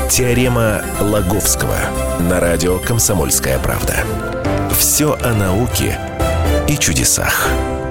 Теорема Лаговского на радио «Комсомольская правда». Все о науке и чудесах.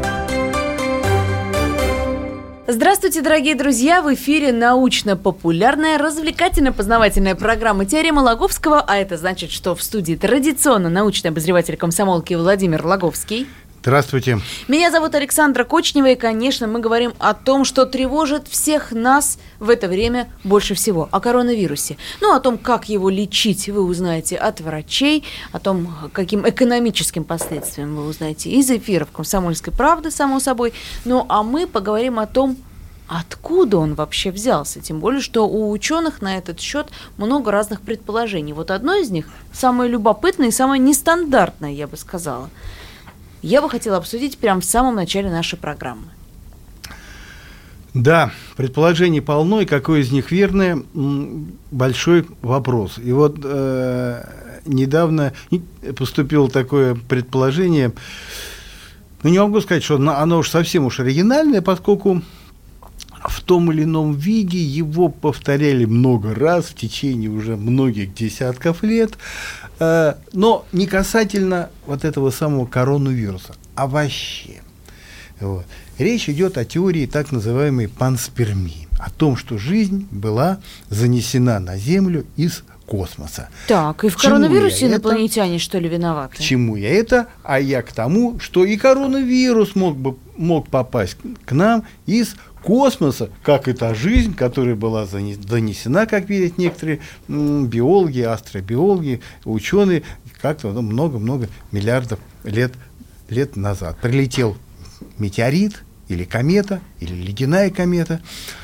Здравствуйте, дорогие друзья! В эфире научно-популярная, развлекательно-познавательная программа «Теорема Лаговского», а это значит, что в студии традиционно научный обозреватель комсомолки Владимир Лаговский. Здравствуйте. Меня зовут Александра Кочнева, и, конечно, мы говорим о том, что тревожит всех нас в это время больше всего, о коронавирусе. О том, как его лечить, вы узнаете от врачей, о том, каким экономическим последствиям вы узнаете из эфиров «Комсомольской правды», само собой. А мы поговорим о том, откуда он вообще взялся, тем более, что у ученых на этот счет много разных предположений. Вот одно из них, самое любопытное и самое нестандартное, я бы сказала, я бы хотела обсудить прямо в самом начале нашей программы. Да, предположений полно, и какое из них верное – большой вопрос. И вот недавно поступило такое предположение, не могу сказать, что оно уж совсем оригинальное, поскольку в том или ином виде его повторяли много раз в течение уже многих десятков лет, но не касательно вот этого самого коронавируса, а вообще. Вот. Речь идет о теории так называемой панспермии, о том, что жизнь была занесена на Землю из космоса. Так, и в коронавирусе инопланетяне, что ли, виноваты? К чему я это? А я к тому, что и коронавирус мог попасть к нам из космоса, как и та жизнь, которая была донесена, как видят некоторые биологи, астробиологи, ученые, как-то много-много миллиардов лет назад. Прилетел метеорит или комета, или ледяная комета,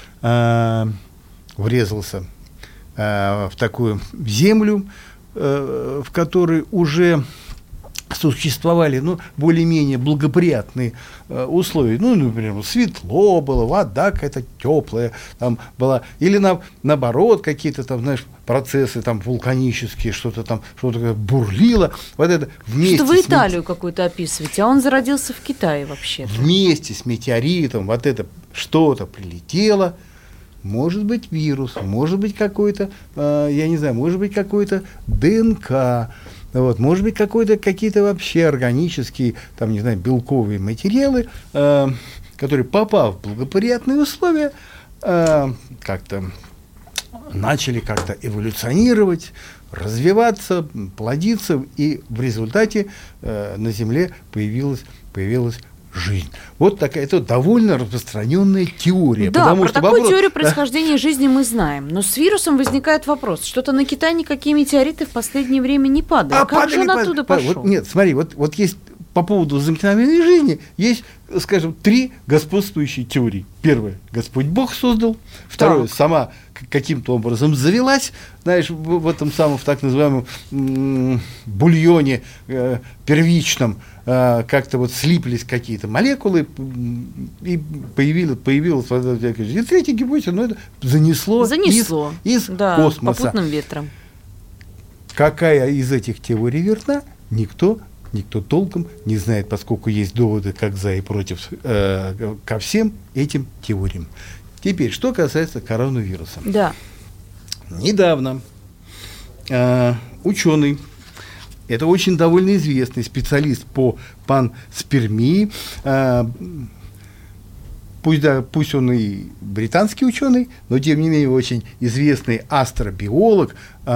врезался в такую землю, в которой уже существовали более-менее благоприятные условия. Например, светло было, вода какая-то теплая там была. Или наоборот, какие-то там, процессы там вулканические, что-то бурлило. Вот это вместе. Что вы Италию какую-то описываете, а он зародился в Китае вообще-то. Вместе с метеоритом вот это что-то прилетело. Может быть вирус, может быть какой-то, я не знаю, может быть какой-то ДНК. Может быть, какие-то вообще органические, белковые материалы, которые, попав в благоприятные условия, как-то начали эволюционировать, развиваться, плодиться, и в результате на Земле появилась жизнь. Вот такая, это довольно распространенная теория. Да, про такую теорию происхождения жизни мы знаем. Но с вирусом возникает вопрос. Что-то на Китай никакие метеориты в последнее время не падают. Как же он оттуда пошел? Нет, смотри, вот есть по поводу возникновения жизни, есть, скажем, 3 господствующие теории. Первое, Господь Бог создал. Второе, сама каким-то образом завелась, в этом самом, в так называемом бульоне первичном, как-то слиплись какие-то молекулы, и появилась и третья гипотеза, это занесло из космоса. Попутным ветром. Какая из этих теорий верна, никто толком не знает, поскольку есть доводы как за и против ко всем этим теориям. Теперь, что касается коронавируса. Да. Недавно ученый, это очень довольно известный специалист по панспермии, пусть он и британский ученый, но тем не менее очень известный астробиолог,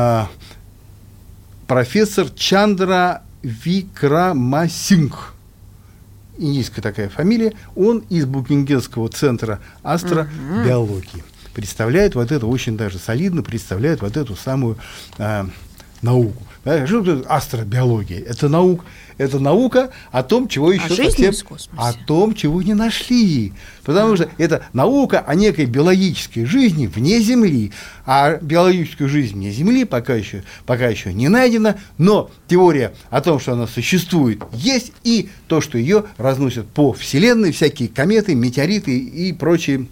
профессор Чандра Викрамасингх, индийская такая фамилия, он из Букингемского центра астробиологии. Представляет очень даже солидно, представляет эту самую науку. Что это астробиология? Это наука о том, чего еще о том, чего не нашли. Потому что это наука о некой биологической жизни вне Земли. А биологическую жизнь вне Земли пока еще не найдена, но теория о том, что она существует, есть, и то, что ее разносят по Вселенной всякие кометы, метеориты и прочие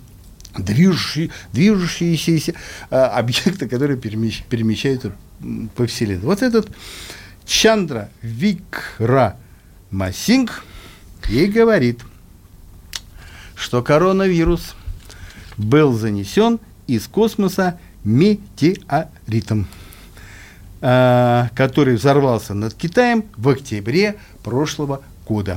движущиеся объекты, которые перемещаются по Вселенной. Вот этот Чандра Викрамасингх и говорит, что коронавирус был занесен из космоса метеоритом, который взорвался над Китаем в октябре прошлого года.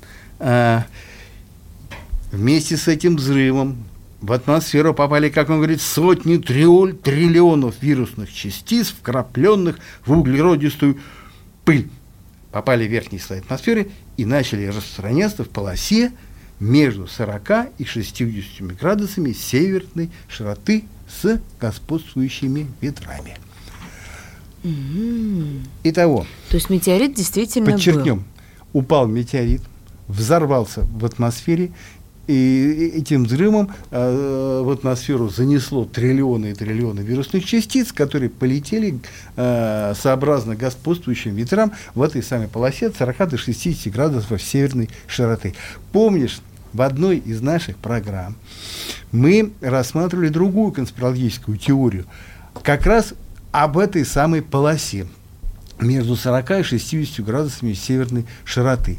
Вместе с этим взрывом в атмосферу попали, как он говорит, сотни триллионов вирусных частиц, вкрапленных в углеродистую пыль. Попали в верхние слои атмосферы и начали распространяться в полосе между 40 и 60 градусами северной широты с господствующими ветрами. Итого. То есть метеорит действительно подчеркнем, упал метеорит, взорвался в атмосфере, и этим взрывом в атмосферу занесло триллионы и триллионы вирусных частиц, которые полетели сообразно господствующим ветрам в этой самой полосе от 40 до 60 градусов северной широты. Помнишь, в одной из наших программ мы рассматривали другую конспирологическую теорию, как раз об этой самой полосе между 40 и 60 градусами северной широты.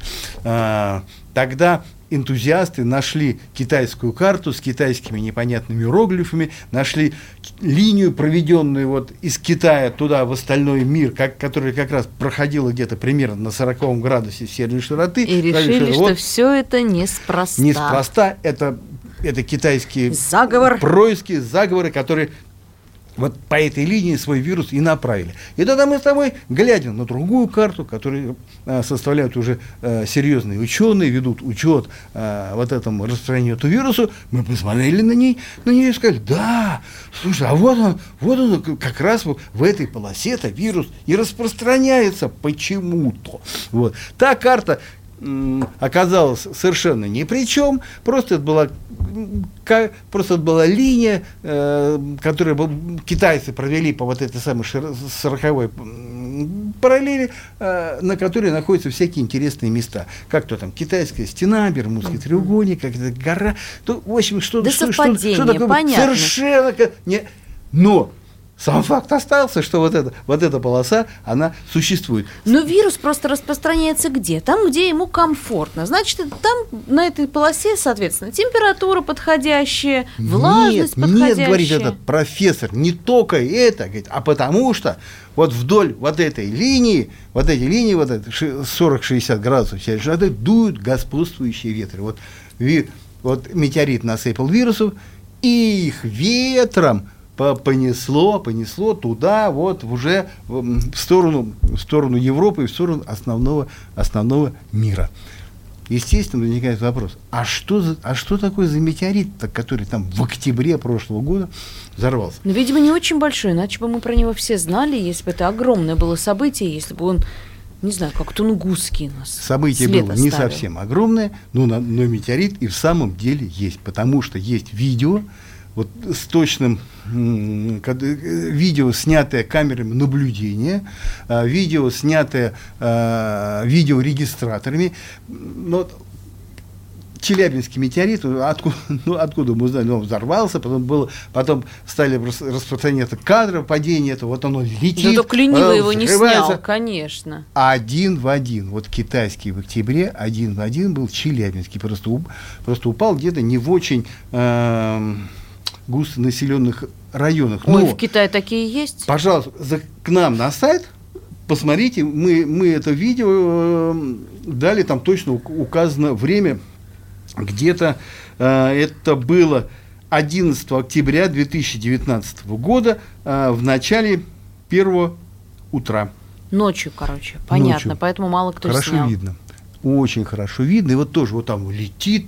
Тогда энтузиасты нашли китайскую карту с китайскими непонятными иероглифами, нашли линию, проведенную вот из Китая туда, в остальной мир, которая как раз проходила где-то примерно на 40 градусе северной широты. И решили, что все это неспроста. Неспроста, это китайские происки, заговоры, которые вот по этой линии свой вирус и направили. И тогда мы с тобой, глядя на другую карту, которую составляют уже серьезные ученые, ведут учет вот этому распространению этого вируса, мы посмотрели на нее и сказали, да, слушай, а вот он как раз в этой полосе-то вирус и распространяется почему-то. Вот. Та карта оказалась совершенно ни при чем, просто это была линия, которую китайцы провели по вот этой самой 40-й параллели, на которой находятся всякие интересные места. Как то там китайская стена, Бермудский треугольник, какая-то гора. То, в общем, что такое? Понятно. Совершенно не. Но сам факт остался, что вот эта полоса, она существует. Но вирус просто распространяется где? Там, где ему комфортно. Значит, там на этой полосе, соответственно, температура подходящая, влажность подходящая. Нет, говорит этот профессор, не только это, говорит, а потому что вот вдоль вот этой линии, вот 40-60 градусов северной дуют господствующие ветры. Вот метеорит насыпал вирусов, и их ветром понесло туда, вот уже в сторону Европы и в сторону основного мира. Естественно, возникает вопрос, а что такое за метеорит, который там в октябре прошлого года взорвался? Ну, видимо, не очень большой, иначе бы мы про него все знали, если бы это огромное было событие, если бы он, не знаю, как Тунгусский у нас. Событие было не совсем огромное, но метеорит и в самом деле есть, потому что есть видео, вот с точным видео, снятое камерами наблюдения, видео, снятое видеорегистраторами. Но Челябинский метеорит, откуда мы знаем, он взорвался, потом стали распространяться кадры падения, вот оно летит. Да только ленивый его не снял, конечно. Один в один, вот китайский в октябре, один в один был Челябинский, просто упал где-то не в очень густонаселенных районах. Ой, в Китае такие есть? Пожалуйста, к нам на сайт посмотрите, мы это видео дали, там точно указано время, где-то это было 11 октября 2019 года в начале 1 утра. Ночью, понятно, ночью. Поэтому мало кто хорошо снял. Видно, очень хорошо видно, и вот тоже вот там летит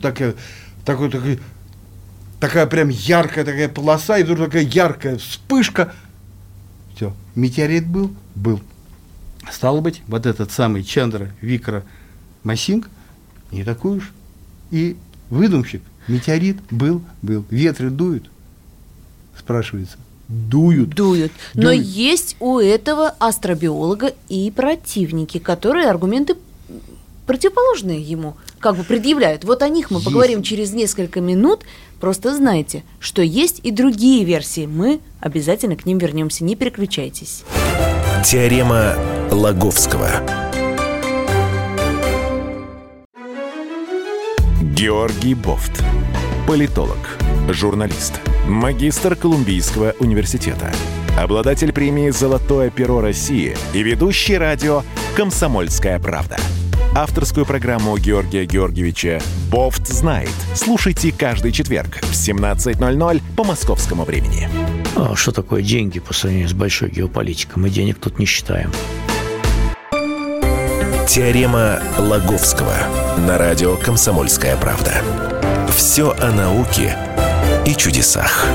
такая прям яркая такая полоса, и вдруг такая яркая вспышка. Все, метеорит был. Стало быть, вот этот самый Чандра Викра Масинг не такой уж и выдумщик. Метеорит был. Ветры дуют? Спрашивается. Дуют. Но есть у этого астробиолога и противники, которые аргументы противоположные ему как бы предъявляют. Вот о них мы поговорим через несколько минут. Просто знайте, что есть и другие версии. Мы обязательно к ним вернемся. Не переключайтесь. Теорема Лаговского. Георгий Бофт, политолог, Журналист, магистр Колумбийского университета, обладатель премии «Золотое перо России» и ведущий радио «Комсомольская правда». Авторскую программу Георгия Георгиевича «Бофт знает». Слушайте каждый четверг в 17:00 по московскому времени. А что такое деньги по сравнению с большой геополитикой? Мы денег тут не считаем. Теорема Лаговского на радио «Комсомольская правда». Все о науке и чудесах.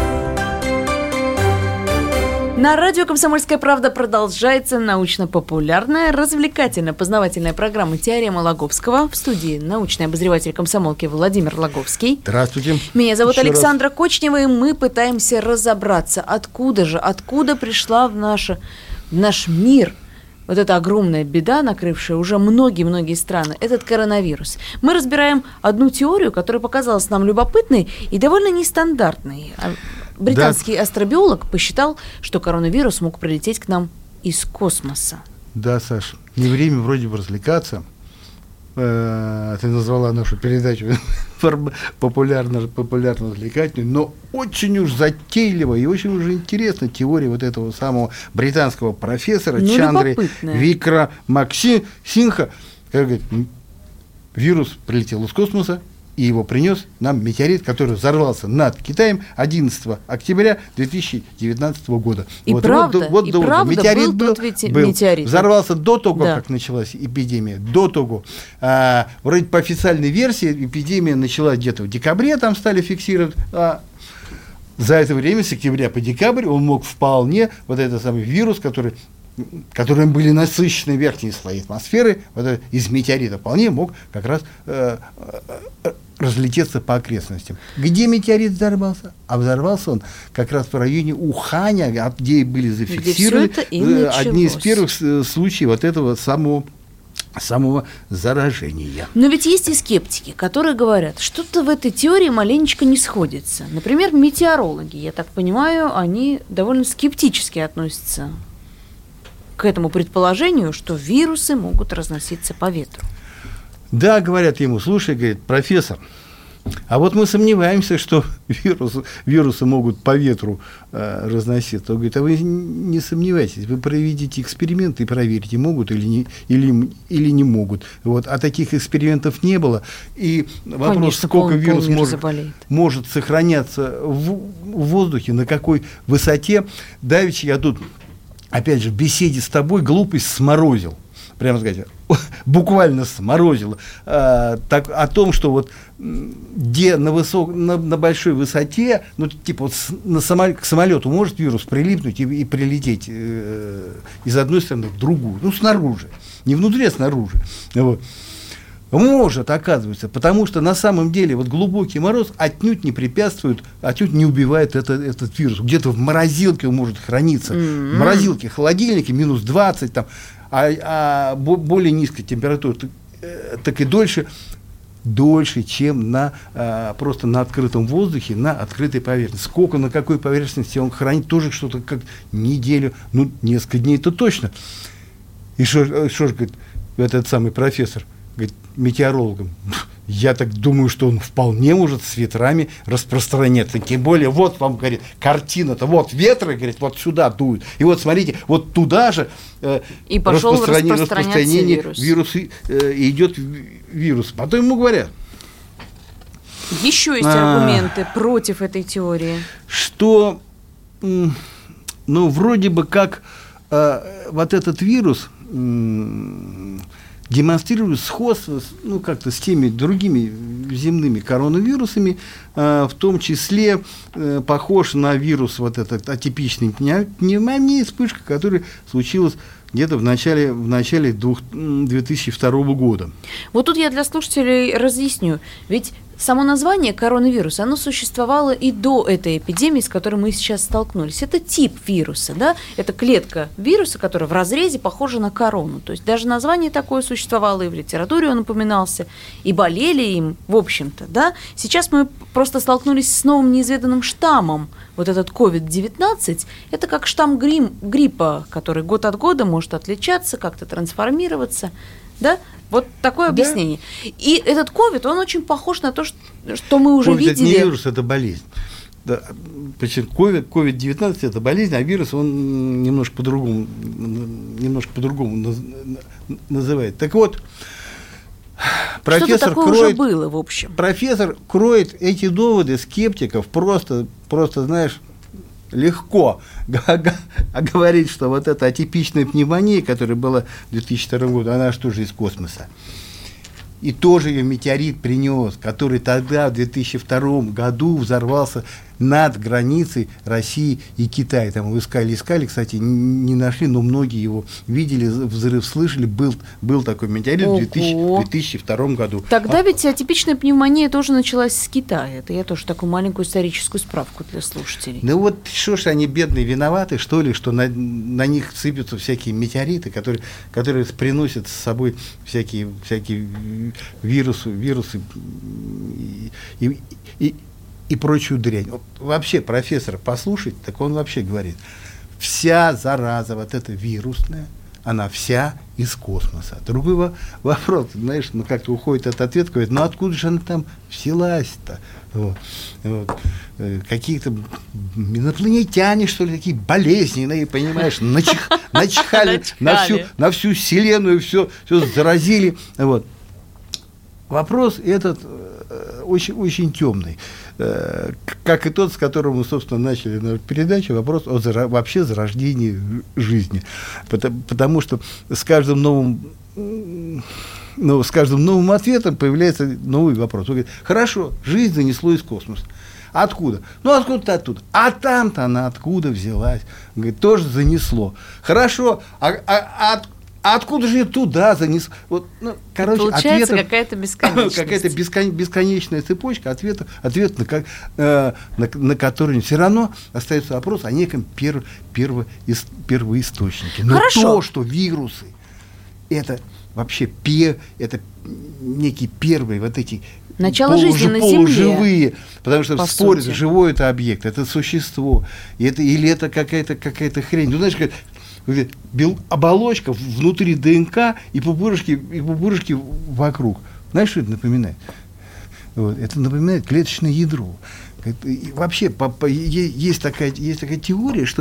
На радио «Комсомольская правда» продолжается научно-популярная, развлекательно-познавательная программа «Теорема Лаговского». В студии научный обозреватель комсомолки Владимир Лаговский. Здравствуйте. Меня зовут Еще Александра Кочнева, и мы пытаемся разобраться, откуда пришла в наш мир вот эта огромная беда, накрывшая уже многие-многие страны, этот коронавирус. Мы разбираем одну теорию, которая показалась нам любопытной и довольно нестандартной. Британский астробиолог посчитал, что коронавирус мог прилететь к нам из космоса. Да, Саш, не время вроде бы развлекаться. Ты назвала нашу передачу популярно-развлекательную, но очень уж затейливо и очень уж интересна теория вот этого самого британского профессора Чандри Викрамаксинха. Как говорит, вирус прилетел из космоса, и его принес нам метеорит, который взорвался над Китаем 11 октября 2019 года. И правда метеорит был тот метеорит. Взорвался до того, как началась эпидемия, до того. Вроде по официальной версии эпидемия началась где-то в декабре, там стали фиксировать. За это время, с октября по декабрь, он мог вполне, вот этот самый вирус, которым были насыщены верхние слои атмосферы, вот из метеорита вполне мог как раз разлететься по окрестностям. Где метеорит взорвался? А взорвался он как раз в районе Уханя, где были зафиксированы одни из первых случаев вот этого самого заражения. Но ведь есть и скептики, которые говорят, что-то в этой теории маленечко не сходится. Например, метеорологи, я так понимаю, они довольно скептически относятся к этому предположению, что вирусы могут разноситься по ветру. Да, говорят ему, слушай, говорит, профессор, а вот мы сомневаемся, что вирусы могут по ветру разноситься. Он говорит, а вы не сомневайтесь, вы проведите эксперименты и проверите, могут или не могут. Вот. А таких экспериментов не было. И вопрос, конечно, сколько вирус может сохраняться в воздухе, на какой высоте. Давеча я тут, опять же, в беседе с тобой глупость сморозил. Прямо сказать, буквально сморозило, о том, что вот где на большой высоте, ну, типа вот к самолету может вирус прилипнуть и прилететь из одной стороны в другую, ну, снаружи, не внутри, а снаружи. Вот. Может, оказывается, потому что на самом деле вот глубокий мороз отнюдь не препятствует, отнюдь не убивает этот вирус. Где-то в морозилке он может храниться. В морозилке, холодильнике минус 20, там, а более низкая температура, так и дольше, чем просто на открытом воздухе, на открытой поверхности. Сколько, на какой поверхности он хранит, тоже что-то как неделю, ну, несколько дней, это точно. И что же, говорит, этот самый профессор, говорит, метеорологам, я так думаю, что он вполне может с ветрами распространяться. Тем более, вот вам, говорит, картина-то, вот ветры, говорит, вот сюда дуют. И вот смотрите, вот туда же и пошел распространение вируса, идет вирус. Потом ему говорят. Еще есть аргументы против этой теории. Что, ну, вроде бы как вот этот вирус демонстрирует сходство, ну, как-то с теми другими земными коронавирусами, в том числе похож на вирус вот этот атипичной пневмонии, вспышка, которая случилась где-то в начале 2002 года. Вот тут я для слушателей разъясню. Ведь само название коронавирус, оно существовало и до этой эпидемии, с которой мы сейчас столкнулись. Это тип вируса, да? Это клетка вируса, которая в разрезе похожа на корону. То есть даже название такое существовало, и в литературе он упоминался, и болели им, в общем-то, да? Сейчас мы просто столкнулись с новым неизведанным штаммом. Вот этот COVID-19, это как штамм гриппа, который год от года может отличаться, как-то трансформироваться, да? Вот такое объяснение. И этот COVID, он очень похож на то, что мы уже COVID видели. Это не вирус, это болезнь. да, причем COVID-19 это болезнь, а вирус он немножко по-другому называет. Так вот, профессор уже было, в общем. Профессор кроет эти доводы скептиков просто, знаешь, легко говорить, что вот эта атипичная пневмония, которая была в 2002 году, она же тоже из космоса. И тоже ее метеорит принес, который тогда, в 2002 году, взорвался над границей России и Китая. Там его искали, кстати, не нашли, но многие его видели, взрыв слышали. Был такой метеорит в 2002 году. Тогда ведь атипичная пневмония тоже началась с Китая. Это я тоже такую маленькую историческую справку для слушателей. Ну вот что ж они, бедные, виноваты, что ли, что на них сыпятся всякие метеориты, которые приносят с собой всякие вирусы и прочую дрянь. Вот вообще профессор послушать, так он вообще говорит, вся зараза вот эта вирусная, она вся из космоса. Другой вопрос, знаешь, как-то уходит от ответа, говорит, откуда же она там взялась-то? Какие-то инопланетяне, что ли, такие болезненные, понимаешь, начихали на всю Вселенную, все заразили. Вопрос этот очень темный. Как и тот, с которым мы, собственно, начали нашу передачу, вопрос о вообще зарождении жизни. Потому что с каждым новым ответом появляется новый вопрос. Он говорит, хорошо, жизнь занесло из космоса. Откуда? Откуда-то оттуда. А там-то она откуда взялась? Он говорит, тоже занесло. Хорошо, откуда же туда занесло? Получается какая-то бесконечность. Какая-то бесконечная цепочка ответов, на которые все равно остается вопрос о неком первоисточнике. Но то, что вирусы, это вообще это некие первые вот эти начало жизни на полуживые, Земле. Потому что спорят, живой это объект, это существо, или это какая-то хрень. Знаешь, оболочка внутри ДНК и пупырышки вокруг. Знаешь, что это напоминает? Это напоминает клеточное ядро. И вообще есть такая теория, что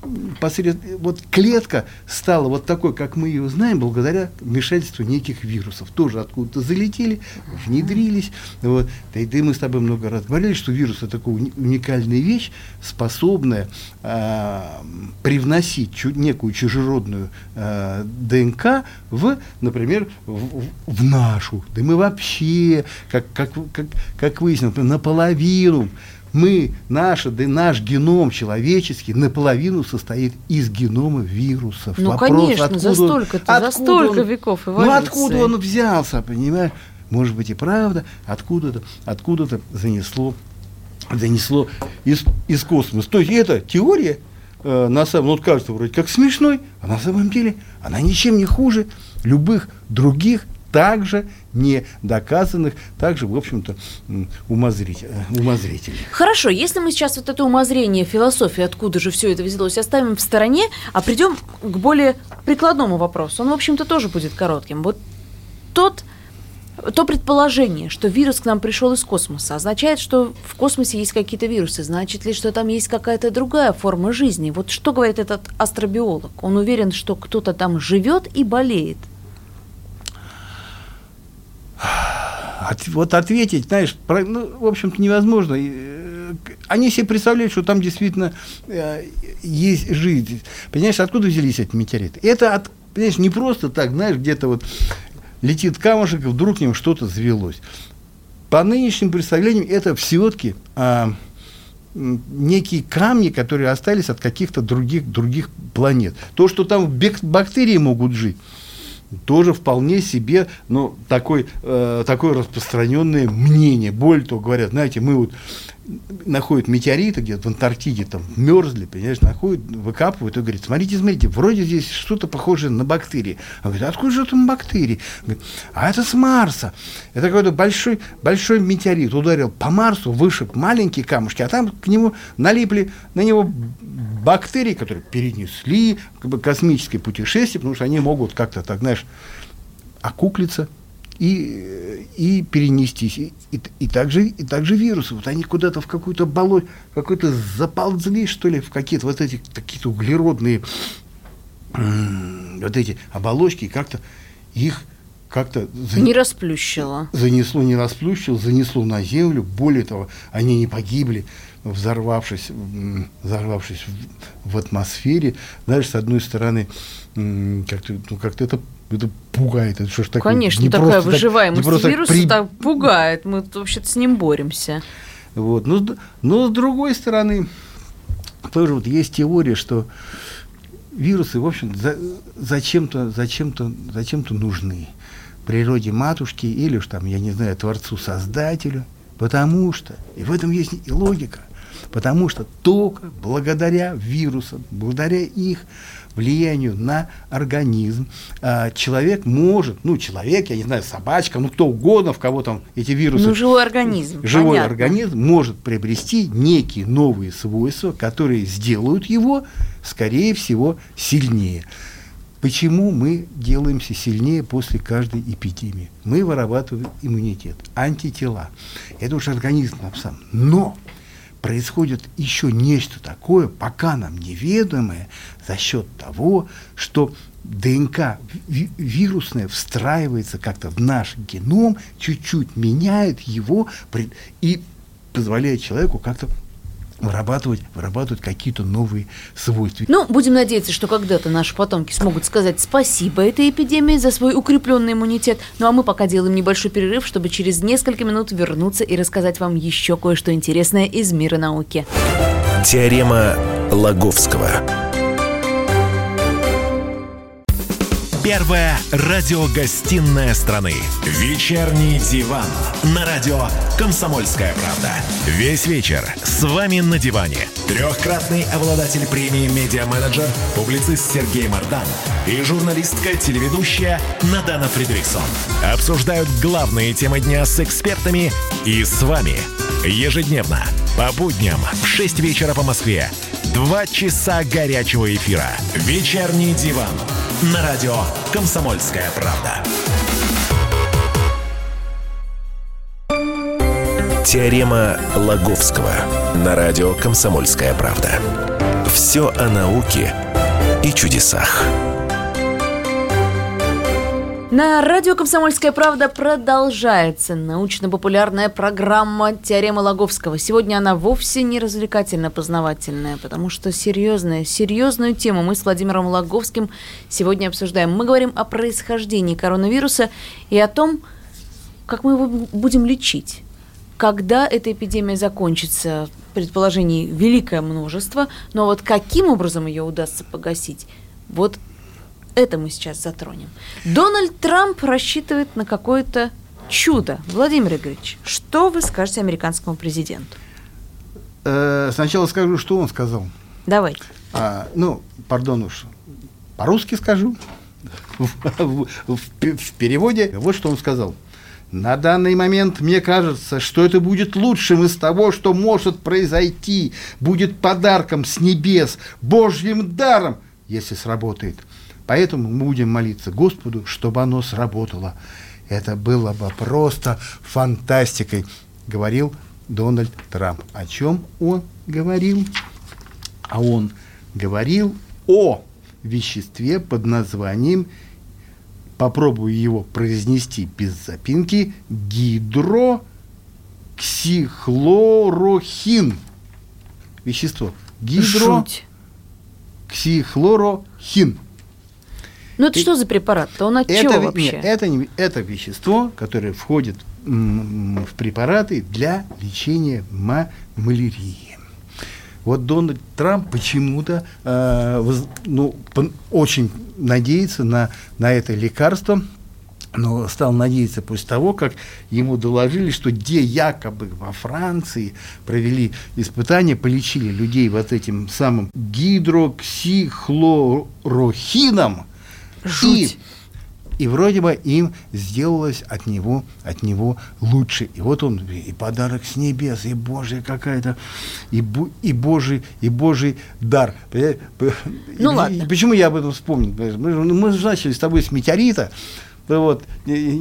клетка стала такой, как мы ее знаем, благодаря вмешательству неких вирусов. Тоже откуда-то залетели, внедрились. Да и мы с тобой много раз говорили, что вирус — это такая уникальная вещь, способная привносить некую чужеродную ДНК например, в нашу. Да мы вообще, как выяснилось, наполовину. Наш геном человеческий наполовину состоит из генома вирусов. Конечно, за столько веков эволюции. Откуда он взялся, понимаешь? Может быть и правда, откуда-то занесло из космоса. То есть эта теория, на самом деле, кажется вроде как смешной, а на самом деле она ничем не хуже любых других, также не доказанных, также, в общем-то, умозрителей. Хорошо, если мы сейчас это умозрение, философию, откуда же все это взялось, оставим в стороне, а придем к более прикладному вопросу. Он, в общем-то, тоже будет коротким. То предположение, что вирус к нам пришел из космоса, означает, что в космосе есть какие-то вирусы. Значит ли, что там есть какая-то другая форма жизни? Что говорит этот астробиолог? Он уверен, что кто-то там живет и болеет. Ответить, знаешь, в общем-то, невозможно. Они себе представляют, что там действительно есть жизнь. Понимаешь, откуда взялись эти метеориты? Это, понимаешь, не просто так, знаешь, где-то летит камушек, и вдруг к ним что-то завелось. По нынешним представлениям, это все-таки некие камни, которые остались от каких-то других планет. То, что там бактерии могут жить, тоже вполне себе, такое распространенное мнение. Более того, говорят, знаете, мы находят метеориты где-то в Антарктиде, там мерзли, понимаешь, находят, выкапывают и говорят, смотрите, вроде здесь что-то похожее на бактерии. Он говорит, откуда же там бактерии? Говорит, а это с Марса. Это какой-то большой метеорит ударил по Марсу, вышиб маленькие камушки, а там к нему налипли на него бактерии, которые перенесли космическое путешествие, потому что они могут как-то так, знаешь, окуклиться и перенестись. И также вирусы. Вот они куда-то в какую-то болото, какой-то заползли, что ли, в какие-то вот эти какие-то углеродные вот эти оболочки, как-то их не расплющило. Не расплющило, занесло на землю. Более того, они не погибли, взорвавшись в атмосфере. Знаешь, с одной стороны, как-то это пугает. Это что ж такое? Конечно, такая выживаемость вируса так пугает. Мы вообще-то с ним боремся. Вот. Но с другой стороны, тоже вот есть теория, что вирусы, в общем, зачем-то нужны природе матушки или уж там, я не знаю, Творцу-Создателю, потому что, и в этом есть и логика, потому что только благодаря вирусам, благодаря их влиянию на организм, человек может, человек, я не знаю, собачка, кто угодно, в кого там эти вирусы... живой организм, Живой понятно. организм может приобрести некие новые свойства, которые сделают его, скорее всего, сильнее. Почему мы делаемся сильнее после каждой эпидемии? Мы вырабатываем иммунитет, антитела. Это уж организм сам. Но происходит еще нечто такое, пока нам неведомое, за счет того, что ДНК вирусная встраивается как-то в наш геном, чуть-чуть меняет его и позволяет человеку как-то вырабатывать какие-то новые свойства. Будем надеяться, что когда-то наши потомки смогут сказать спасибо этой эпидемии за свой укрепленный иммунитет. А мы пока делаем небольшой перерыв, чтобы через несколько минут вернуться и рассказать вам еще кое-что интересное из мира науки. Теорема Лаговского. Первая радиогостинная страны. Вечерний диван. На радио «Комсомольская правда». Весь вечер с вами на диване. Трехкратный обладатель премии «Медиа-менеджер», публицист Сергей Мардан и журналистка-телеведущая Надана Фридрихсон обсуждают главные темы дня с экспертами и с вами. Ежедневно, по будням, в 6 вечера по Москве. 2 часа горячего эфира. Вечерний диван. На радио «Комсомольская правда». Теорема Лаговского. На радио «Комсомольская правда». Все о науке и чудесах. На радио «Комсомольская правда» продолжается научно-популярная программа «Теорема Лаговского». Сегодня она вовсе не развлекательно-познавательная, потому что серьезную тему мы с Владимиром Лаговским сегодня обсуждаем. Мы говорим о происхождении коронавируса и о том, как мы его будем лечить. Когда эта эпидемия закончится, предположений великое множество, но вот каким образом ее удастся погасить, это мы сейчас затронем. Дональд Трамп рассчитывает на какое-то чудо. Владимир Игоревич, что вы скажете американскому президенту? Сначала скажу, что он сказал. Давайте. Пардон уж, по-русски скажу. В переводе вот что он сказал. На данный момент мне кажется, что это будет лучшим из того, что может произойти, будет подарком с небес, Божьим даром, если сработает. Поэтому мы будем молиться Господу, чтобы оно сработало. Это было бы просто фантастикой, говорил Дональд Трамп. О чем он говорил? А он говорил о веществе под названием, попробую его произнести без запинки, гидроксихлорохин. Вещество. Гидроксихлорохин. Это что за препарат-то? Он от чего вообще? Это вещество, которое входит в препараты для лечения малярии. Вот Дональд Трамп почему-то очень надеется на это лекарство, но стал надеяться после того, как ему доложили, что якобы во Франции провели испытания, полечили людей вот этим самым гидроксихлорохином. Жуть. И вроде бы им сделалось от него лучше. И вот он, и подарок с небес, и Божья какая-то, и Божий дар. Ладно. Почему я об этом вспомнил? Мы же начали с тобой с метеорита.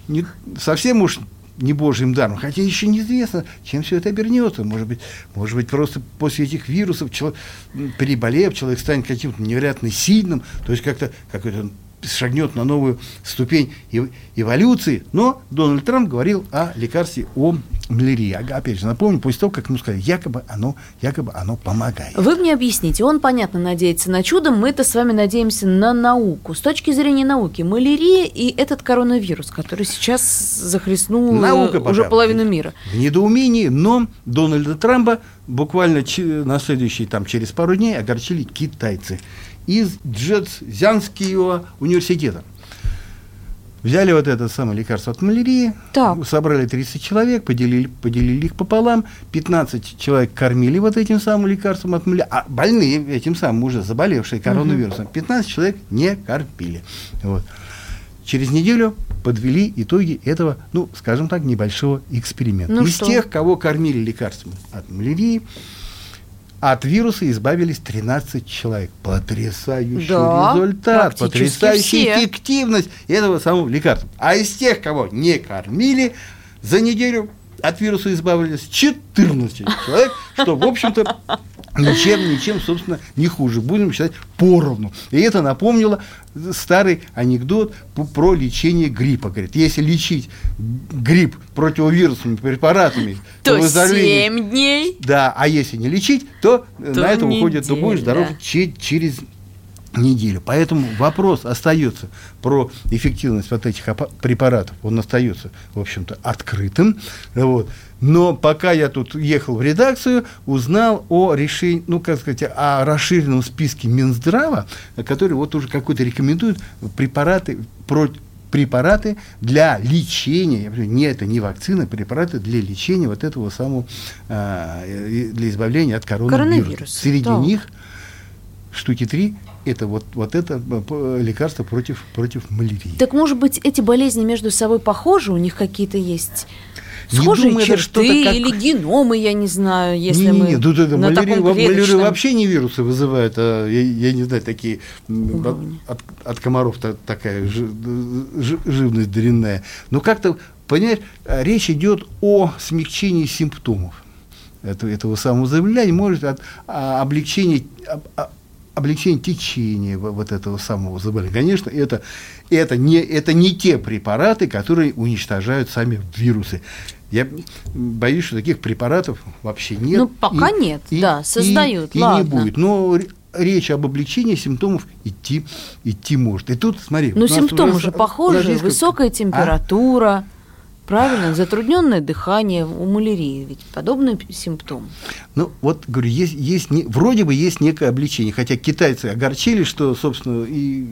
совсем уж не божьим даром, хотя еще неизвестно, чем все это обернется. Может быть, просто после этих вирусов, переболев, человек станет каким-то невероятно сильным, то есть как-то какой-то шагнет на новую ступень эволюции. Но Дональд Трамп говорил о лекарстве от малярии. Опять же, напомню, после того, как ему сказали, якобы оно помогает. Вы мне объясните, он, понятно, надеется на чудо, мы-то с вами надеемся на науку. С точки зрения науки, малярия и этот коронавирус, который сейчас захлестнул уже половину мира. В недоумении, но Дональда Трампа буквально на следующий, через пару дней огорчили китайцы из Джэцзянского университета. Взяли вот это самое лекарство от малярии, собрали 30 человек, поделили их пополам, 15 человек кормили вот этим самым лекарством от малярии, а больные этим самым уже заболевшие коронавирусом, 15 человек не кормили. Вот. Через неделю подвели итоги этого, скажем так, небольшого эксперимента. Из тех, кого кормили лекарством от малярии, от вируса избавились 13 человек. Потрясающий результат, потрясающая эффективность этого самого лекарства. А из тех, кого не кормили, за неделю от вируса избавились 14 человек, что, в общем-то, ничем, собственно, не хуже. Будем считать поровну. И это напомнило старый анекдот про лечение гриппа. Говорит, если лечить грипп противовирусными препаратами, то 7 дней. Да, а если не лечить, то на это уходит, то будешь здоров через неделю. Поэтому вопрос остается про эффективность вот этих препаратов, он остается, в общем-то, открытым. Вот. Но пока я тут ехал в редакцию, узнал о решении, о расширенном списке Минздрава, который вот уже какой-то рекомендует препараты для лечения, это не вакцина, препараты для лечения вот этого самого, для избавления от коронавируса. Среди них штуки 3 это вот это лекарство против малярии. Так, может быть, эти болезни между собой похожи? У них какие-то есть схожие черты или геномы, я не знаю, если мы на таком малярию вообще не вирусы вызывают, а я не знаю, такие от комаров такая живность дрянная. Но как-то, понимаешь, речь идет о смягчении симптомов этого самого заболевания, может, от облегчения течения вот этого самого заболевания. Конечно, это не те препараты, которые уничтожают сами вирусы. Я боюсь, что таких препаратов вообще нет. Пока нет, создают, ладно. И не будет. Но речь об облегчении симптомов идти может. И тут, смотри. Симптомы же похожи. Высокая температура. Правильно, затрудненное дыхание у малярии, ведь подобный симптом. Говорю, вроде бы есть некое облегчение, хотя китайцы огорчили, что, собственно,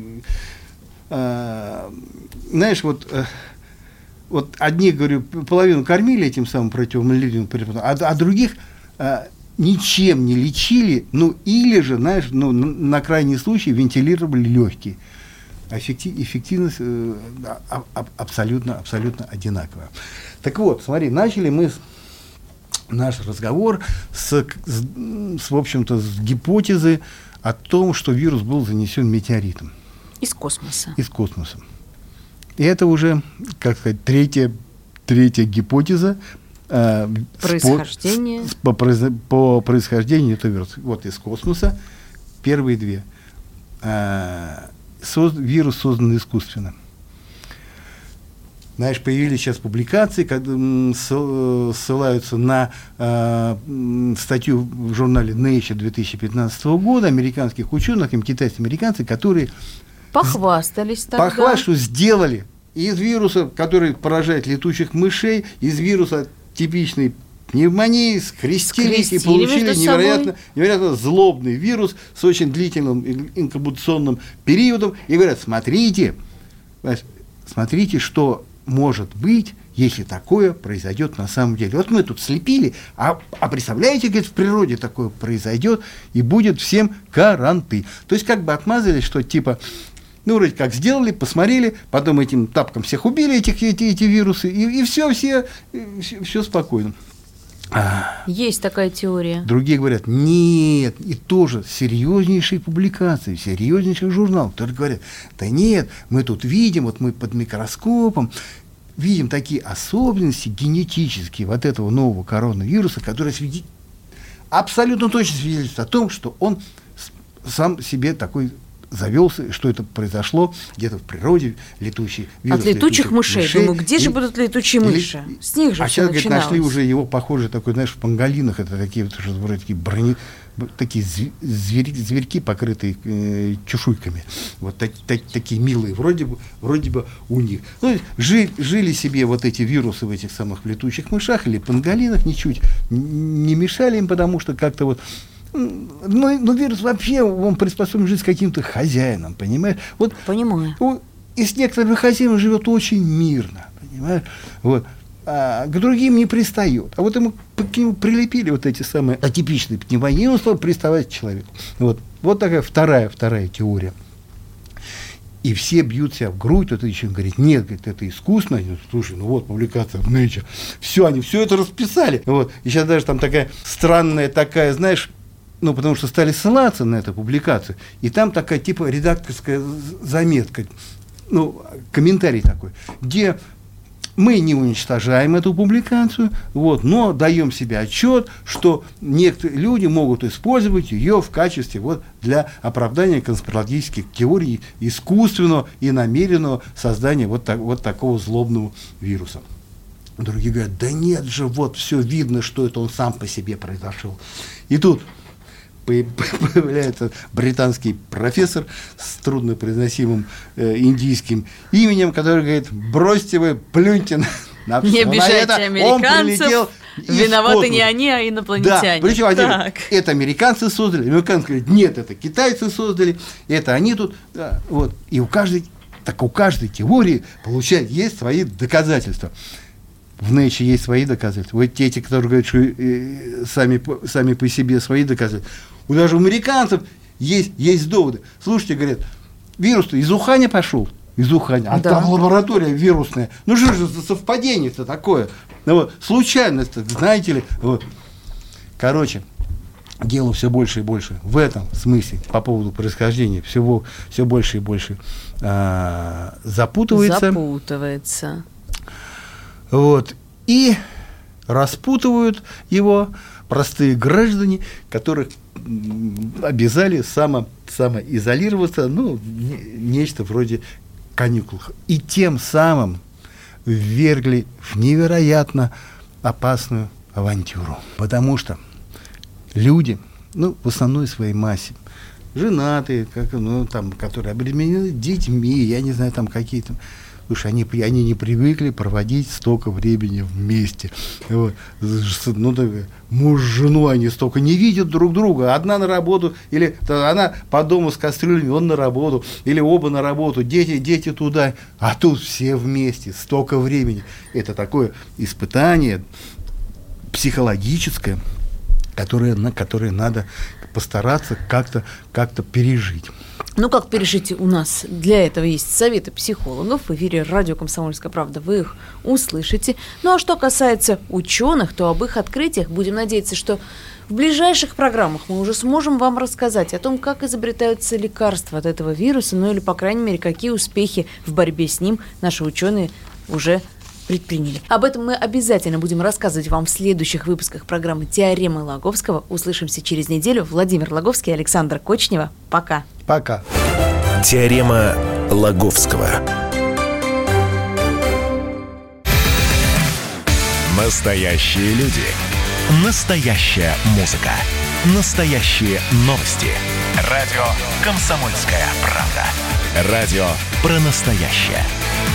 знаешь, вот одни, говорю, половину кормили этим самым противомалярийным препаратом, а других ничем не лечили, или же, знаешь, на крайний случай вентилировали легкие. Эффективность абсолютно одинаковая. Так вот, смотри, начали мы наш разговор в общем-то, с гипотезы о том, что вирус был занесен метеоритом. Из космоса. И это уже, как сказать, третья гипотеза происхождения. По происхождению этого вируса. Вот из космоса первые две. Вирус создан искусственно. Знаешь, появились сейчас публикации, когда ссылаются на статью в журнале Nature 2015 года американских ученых, китайцы-американцы, которые похвастались тогда. Что сделали из вируса, который поражает летучих мышей, из вируса типичной пневмонии, скрестились и получили невероятно злобный вирус с очень длительным инкубационным периодом. И говорят, смотрите, что может быть, если такое произойдет на самом деле. Вот мы тут слепили, а представляете, говорит, в природе такое произойдет, и будет всем каранты. То есть как бы отмазались, что типа, вроде как сделали, посмотрели, потом этим тапком всех убили, эти вирусы, и все спокойно. Есть такая теория. Другие говорят, нет, и тоже серьезнейшие публикации, серьезнейших журналов, которые говорят, да нет, мы тут видим, вот мы под микроскопом, видим такие особенности генетические вот этого нового коронавируса, которые абсолютно точно свидетельствуют о том, что он сам себе такой завелся, что это произошло где-то в природе, летучий вирус. От летучих мышей. Думаю, где же будут летучие мыши? С них же все сейчас, начиналось. Нашли уже его, похоже, такой, знаешь, в панголинах, это такие вот, вроде такие зверьки, покрытые чешуйками. Вот такие милые, вроде бы у них. Ну, жили себе вот эти вирусы в этих самых летучих мышах или панголинах, ничуть не мешали им, потому что как-то вот. Но вирус вообще, он приспособлен жить с каким-то хозяином, понимаешь? Вот, понимаю. И с некоторыми хозяевами живет очень мирно, понимаешь? Вот. А к другим не пристает. А вот ему к нему прилепили вот эти самые атипичные пневмонии, и он стал приставать к человеку. Вот такая вторая теория. И все бьют себя в грудь, вот еще говорит, нет, говорит, это искусственно. Слушай, ну вот публикация в Nature, все, они все это расписали. Вот. И сейчас даже там такая странная такая, знаешь, ну, потому что стали ссылаться на эту публикацию, и там такая типа редакторская заметка, ну, комментарий такой, где мы не уничтожаем эту публикацию, вот, но даем себе отчет, что некоторые люди могут использовать ее в качестве вот, для оправдания конспирологических теорий искусственного и намеренного создания вот такого злобного вируса. Другие говорят, да нет же, вот все видно, что это он сам по себе произошел. И тут появляется британский профессор с труднопроизносимым индийским именем, который говорит, бросьте вы, плюньте на все. Не обижайте американцев, виноваты не они, а инопланетяне. Да, причем это американцы создали, американцы говорят, нет, это китайцы создали, это они тут, да, вот. И у каждой теории, получается, есть свои доказательства. В Nature есть свои доказательства. Вот эти, которые говорят, что сами по себе свои доказательства. Даже у американцев есть доводы. Слушайте, говорят, вирус-то из Уханя пошел. Из Уханя. А там лаборатория вирусная. Ну что же за совпадение-то такое? Ну, вот, случайность, знаете ли. Вот. Короче, дело все больше и больше в этом смысле по поводу происхождения все больше и больше запутывается. Вот. И распутывают его простые граждане, которых обязали самоизолироваться, ну, нечто вроде каникул. И тем самым ввергли в невероятно опасную авантюру. Потому что люди, ну, в основной своей массе, женатые, которые обременены детьми, я не знаю, там какие-то. Слушай, они не привыкли проводить столько времени вместе. Вот. Ну, муж с женой, они столько не видят друг друга. Одна на работу, или она по дому с кастрюлями, он на работу, или оба на работу, дети туда. А тут все вместе, столько времени. Это такое испытание психологическое, которое надо постараться как-то пережить. Ну, как пережить у нас? Для этого есть советы психологов. В эфире радио «Комсомольская правда» вы их услышите. Ну, а что касается ученых, то об их открытиях будем надеяться, что в ближайших программах мы уже сможем вам рассказать о том, как изобретаются лекарства от этого вируса, ну или, по крайней мере, какие успехи в борьбе с ним наши ученые уже предприняли. Об этом мы обязательно будем рассказывать вам в следующих выпусках программы «Теоремы Лаговского». Услышимся через неделю. Владимир Лаговский, Александра Кочнева. Пока. Пока. Теорема Лаговского. Настоящие люди. Настоящая музыка. Настоящие новости. Радио «Комсомольская правда». Радио про настоящее.